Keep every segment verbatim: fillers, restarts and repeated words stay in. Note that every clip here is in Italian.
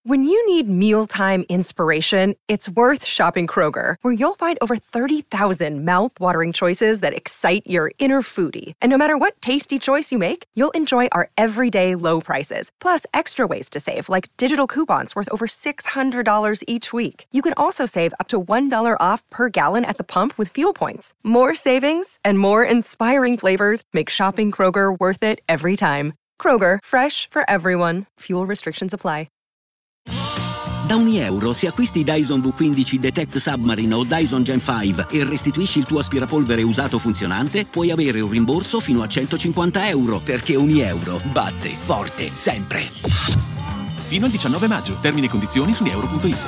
When you need mealtime inspiration, it's worth shopping Kroger, where you'll find over thirty thousand mouth-watering choices that excite your inner foodie. And no matter what tasty choice you make, you'll enjoy our everyday low prices, plus extra ways to save, like digital coupons worth over six hundred dollars each week. You can also save up to one dollar off per gallon at the pump with fuel points. More savings and more inspiring flavors make shopping Kroger worth it every time. Kroger, fresh for everyone. Fuel restrictions apply. Da ogni euro, se acquisti Dyson V quindici Detect Submarine o Dyson Gen cinque e restituisci il tuo aspirapolvere usato funzionante, puoi avere un rimborso fino a centocinquanta euro, perché ogni euro batte forte sempre. Fino al diciannove maggio. Termini e condizioni su euro punto it.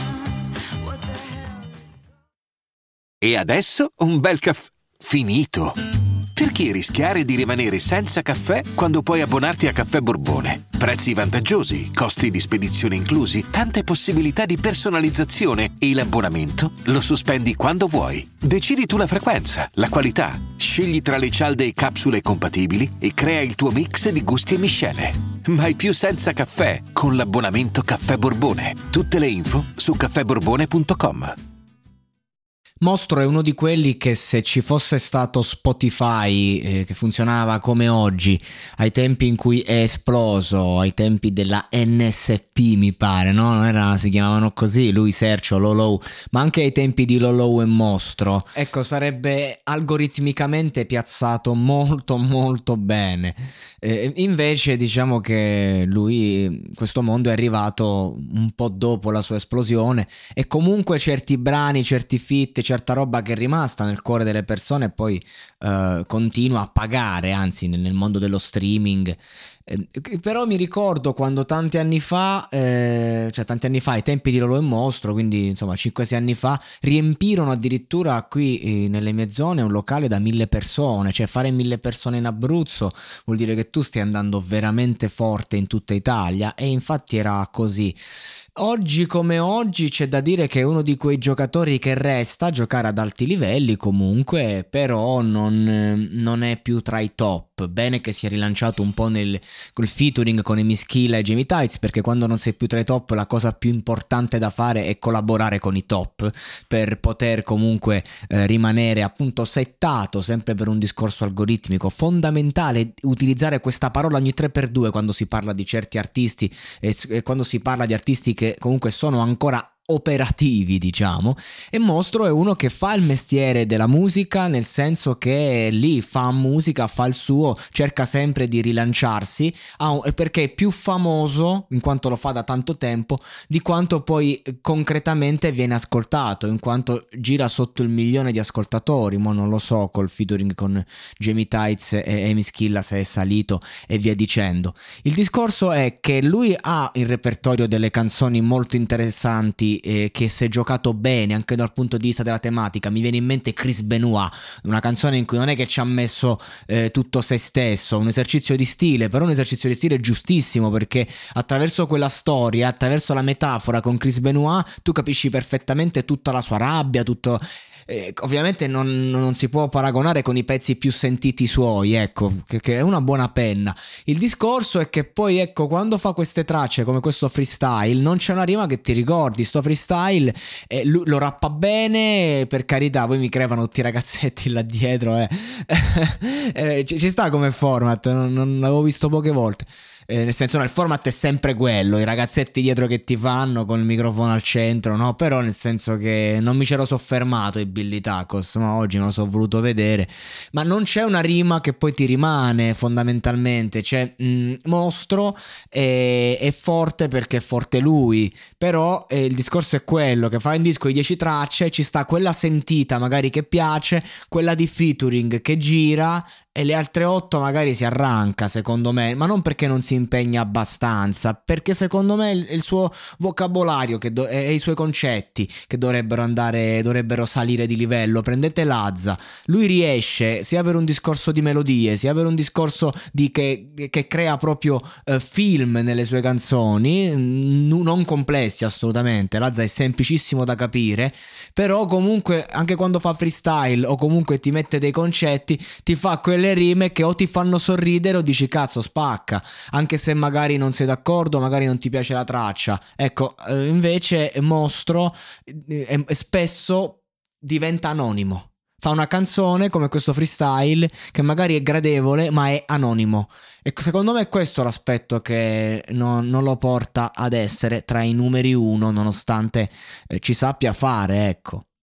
E adesso un bel caffè finito. Perché rischiare di rimanere senza caffè quando puoi abbonarti a Caffè Borbone? Prezzi vantaggiosi, costi di spedizione inclusi, tante possibilità di personalizzazione e l'abbonamento lo sospendi quando vuoi. Decidi tu la frequenza, la qualità, scegli tra le cialde e capsule compatibili e crea il tuo mix di gusti e miscele. Mai più senza caffè con l'abbonamento Caffè Borbone. Tutte le info su caffè borbone punto com. Mostro è uno di quelli che, se ci fosse stato Spotify eh, che funzionava come oggi, ai tempi in cui è esploso, ai tempi della N S P mi pare, no? Non era, si chiamavano così, lui Sergio, Lolo, ma anche ai tempi di Lolo e Mostro, ecco, sarebbe algoritmicamente piazzato molto molto bene. Eh, invece diciamo che lui, questo mondo è arrivato un po' dopo la sua esplosione, e comunque certi brani, certi feat, certa roba che è rimasta nel cuore delle persone e poi uh, continua a pagare, anzi nel mondo dello streaming. Eh, però mi ricordo quando tanti anni fa, eh, cioè tanti anni fa, ai tempi di Lolo e Mostro, quindi insomma cinque sei anni fa, riempirono addirittura qui eh, nelle mie zone un locale da mille persone. Cioè fare mille persone in Abruzzo vuol dire che tu stai andando veramente forte in tutta Italia, e infatti era così. Oggi come oggi c'è da dire che è uno di quei giocatori che resta a giocare ad alti livelli comunque, però non, non è più tra i top. Bene che si è rilanciato un po' nel, col featuring con Emischilla e Jamie Tights, perché quando non sei più tra i top la cosa più importante da fare è collaborare con i top per poter comunque eh, rimanere appunto settato, sempre per un discorso algoritmico. Fondamentale utilizzare questa parola ogni tre per due quando si parla di certi artisti e, e quando si parla di artisti che comunque sono ancora operativi, diciamo. E Mostro è uno che fa il mestiere della musica, nel senso che lì fa musica, fa il suo, cerca sempre di rilanciarsi, ah, perché è più famoso in quanto lo fa da tanto tempo di quanto poi concretamente viene ascoltato, in quanto gira sotto il milione di ascoltatori. Mo non lo so col featuring con Jamie Tights e Emischilla se è salito e via dicendo. Il discorso è che lui ha il repertorio delle canzoni molto interessanti, Eh, che si è giocato bene anche dal punto di vista della tematica. Mi viene in mente Chris Benoit, una canzone in cui non è che ci ha messo eh, tutto se stesso, un esercizio di stile, però un esercizio di stile giustissimo, perché attraverso quella storia, attraverso la metafora con Chris Benoit, tu capisci perfettamente tutta la sua rabbia, tutto. Eh, ovviamente non, non si può paragonare con i pezzi più sentiti suoi, ecco, che, che è una buona penna. Il discorso è che poi, ecco, quando fa queste tracce come questo freestyle, non c'è una rima che ti ricordi. Sto freestyle eh, lui lo rappa bene, per carità, poi mi crevano tutti i ragazzetti là dietro, eh. eh, ci, ci sta come format, non, non l'avevo visto poche volte. Eh, nel senso, no, il format è sempre quello, i ragazzetti dietro che ti fanno con il microfono al centro, no? Però nel senso che non mi c'ero soffermato i Billy Tacos, ma oggi me lo sono voluto vedere. Ma non c'è una rima che poi ti rimane fondamentalmente. C'è mh, Mostro è, è forte perché è forte lui, però eh, il discorso è quello che fa un disco di dieci tracce, ci sta quella sentita magari che piace, quella di featuring che gira, e le altre otto magari si arranca, secondo me, ma non perché non si impegna abbastanza, perché secondo me è il suo vocabolario che do- e i suoi concetti che dovrebbero andare, dovrebbero salire di livello. Prendete Lazza, lui riesce sia per un discorso di melodie, sia per un discorso di che, che crea proprio eh, film nelle sue canzoni, n- non complessi assolutamente. Lazza è semplicissimo da capire, però comunque anche quando fa freestyle o comunque ti mette dei concetti, ti fa quelle delle rime che o ti fanno sorridere o dici cazzo spacca, anche se magari non sei d'accordo, magari non ti piace la traccia. Ecco, eh, invece Mostro eh, eh, spesso diventa anonimo. Fa una canzone come questo freestyle che magari è gradevole ma è anonimo, e secondo me questo è l'aspetto che non, non lo porta ad essere tra i numeri uno, nonostante eh, ci sappia fare, ecco.